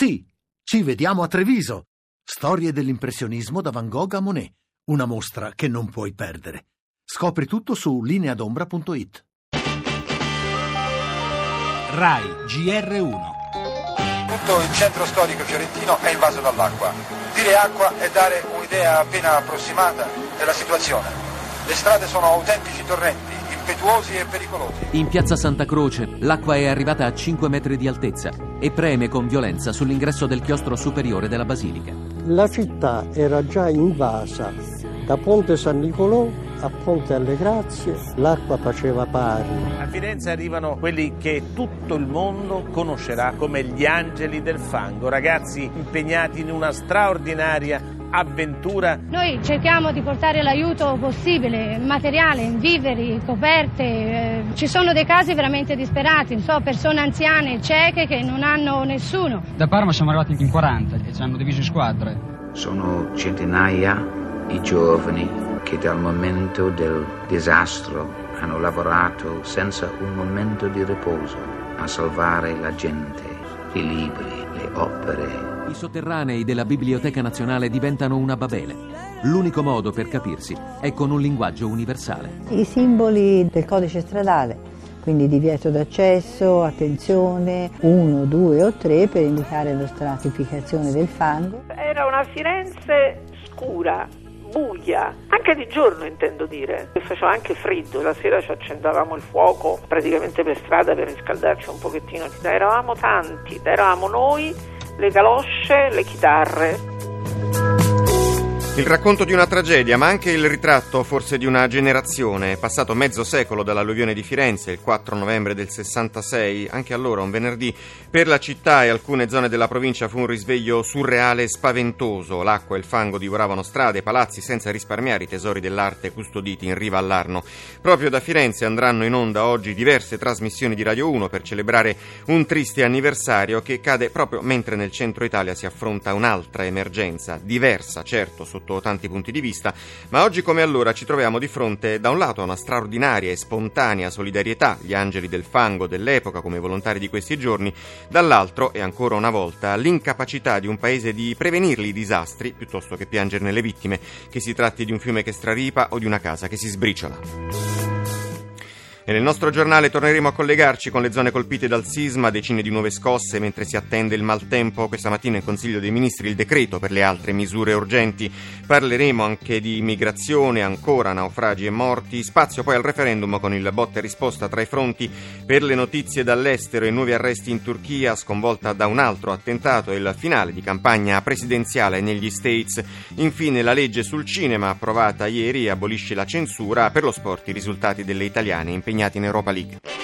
Sì, ci vediamo a Treviso. Storie dell'impressionismo da Van Gogh a Monet. Una mostra che non puoi perdere. Scopri tutto su lineadombra.it. Rai GR1. Tutto il centro storico fiorentino è invaso dall'acqua. Dire acqua è dare un'idea appena approssimata della situazione. Le strade sono autentici torrenti, impetuosi e pericolosi. In piazza Santa Croce l'acqua è arrivata a 5 metri di altezza e preme con violenza sull'ingresso del chiostro superiore della basilica. La città era già invasa da Ponte San Nicolò a Ponte alle Grazie, l'acqua faceva pari. A Firenze arrivano quelli che tutto il mondo conoscerà come gli angeli del fango, ragazzi impegnati in una straordinaria avventura. Noi cerchiamo di portare l'aiuto possibile, materiale, viveri, coperte. Ci sono dei casi veramente disperati, persone anziane, cieche che non hanno nessuno. Da Parma siamo arrivati in 40 e ci hanno diviso in squadre. Sono centinaia i giovani che dal momento del disastro hanno lavorato senza un momento di riposo a salvare la gente, i libri, le opere. I sotterranei della Biblioteca Nazionale diventano una Babele. L'unico modo per capirsi è con un linguaggio universale. I simboli del codice stradale, quindi divieto d'accesso, attenzione, 1, 2 o 3 per indicare la stratificazione del fango. Era una Firenze scura, buia, anche di giorno intendo dire, faceva anche freddo, la sera ci accendavamo il fuoco praticamente per strada per riscaldarci un pochettino, eravamo tanti, eravamo noi, le galosce, le chitarre. Il racconto di una tragedia, ma anche il ritratto forse di una generazione. È passato mezzo secolo dall'alluvione di Firenze, il 4 novembre del 66. Anche allora, un venerdì, per la città e alcune zone della provincia fu un risveglio surreale e spaventoso. L'acqua e il fango divoravano strade e palazzi senza risparmiare i tesori dell'arte custoditi in riva all'Arno. Proprio da Firenze andranno in onda oggi diverse trasmissioni di Radio 1 per celebrare un triste anniversario che cade proprio mentre nel centro Italia si affronta un'altra emergenza, diversa certo sotto tanti punti di vista, ma oggi come allora ci troviamo di fronte da un lato a una straordinaria e spontanea solidarietà, gli angeli del fango dell'epoca come volontari di questi giorni, dall'altro e ancora una volta l'incapacità di un paese di prevenirli i disastri piuttosto che piangerne le vittime, che si tratti di un fiume che straripa o di una casa che si sbriciola. E nel nostro giornale torneremo a collegarci con le zone colpite dal sisma, decine di nuove scosse mentre si attende il maltempo. Questa mattina in Consiglio dei Ministri il decreto per le altre misure urgenti. Parleremo anche di immigrazione, ancora naufragi e morti. Spazio poi al referendum con il botta e risposta tra i fronti per le notizie dall'estero e nuovi arresti in Turchia, sconvolta da un altro attentato e il finale di campagna presidenziale negli States. Infine la legge sul cinema approvata ieri abolisce la censura per lo sport, i risultati delle italiane impegnati in Europa League.